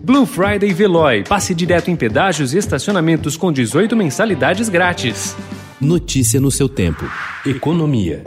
Blue Friday Veloy. Passe direto em pedágios e estacionamentos com 18 mensalidades grátis. Notícia no seu tempo. Economia.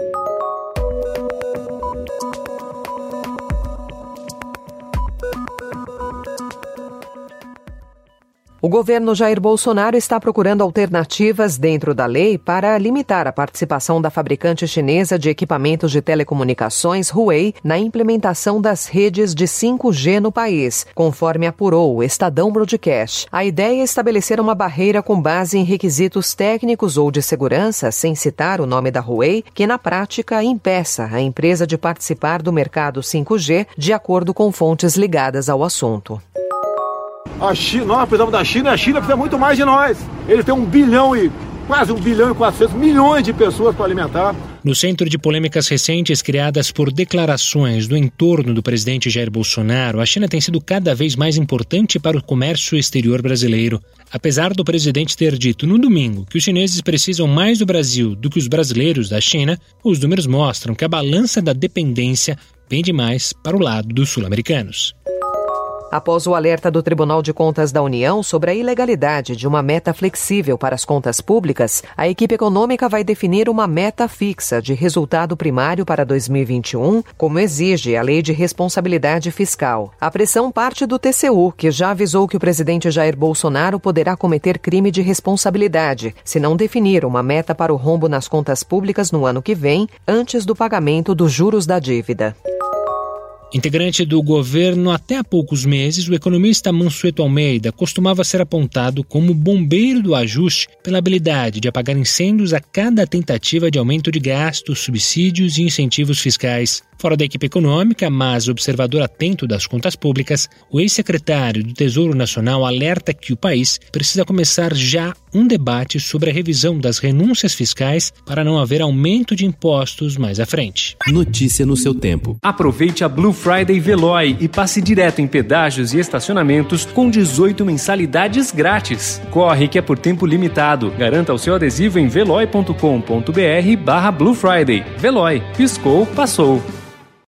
O governo Jair Bolsonaro está procurando alternativas dentro da lei para limitar a participação da fabricante chinesa de equipamentos de telecomunicações, Huawei, na implementação das redes de 5G no país, conforme apurou o Estadão Broadcast. A ideia é estabelecer uma barreira com base em requisitos técnicos ou de segurança, sem citar o nome da Huawei, que na prática impeça a empresa de participar do mercado 5G, de acordo com fontes ligadas ao assunto. Nós precisamos da China, e a China precisa muito mais de nós. Ele tem quase 1 bilhão e 400 milhões de pessoas para alimentar. No centro de polêmicas recentes criadas por declarações do entorno do presidente Jair Bolsonaro, a China tem sido cada vez mais importante para o comércio exterior brasileiro. Apesar do presidente ter dito no domingo que os chineses precisam mais do Brasil do que os brasileiros da China, os números mostram que a balança da dependência pende mais para o lado dos sul-americanos. Após o alerta do Tribunal de Contas da União sobre a ilegalidade de uma meta flexível para as contas públicas, a equipe econômica vai definir uma meta fixa de resultado primário para 2021, como exige a Lei de Responsabilidade Fiscal. A pressão parte do TCU, que já avisou que o presidente Jair Bolsonaro poderá cometer crime de responsabilidade se não definir uma meta para o rombo nas contas públicas no ano que vem, antes do pagamento dos juros da dívida. Integrante do governo até há poucos meses, o economista Mansueto Almeida costumava ser apontado como bombeiro do ajuste pela habilidade de apagar incêndios a cada tentativa de aumento de gastos, subsídios e incentivos fiscais. Fora da equipe econômica, mas observador atento das contas públicas, o ex-secretário do Tesouro Nacional alerta que o país precisa começar já um debate sobre a revisão das renúncias fiscais para não haver aumento de impostos mais à frente. Notícia no seu tempo. Aproveite a Blue Friday Veloy e passe direto em pedágios e estacionamentos com 18 mensalidades grátis. Corre que é por tempo limitado. Garanta o seu adesivo em veloy.com.br/Blue Friday. Veloy. Piscou, passou.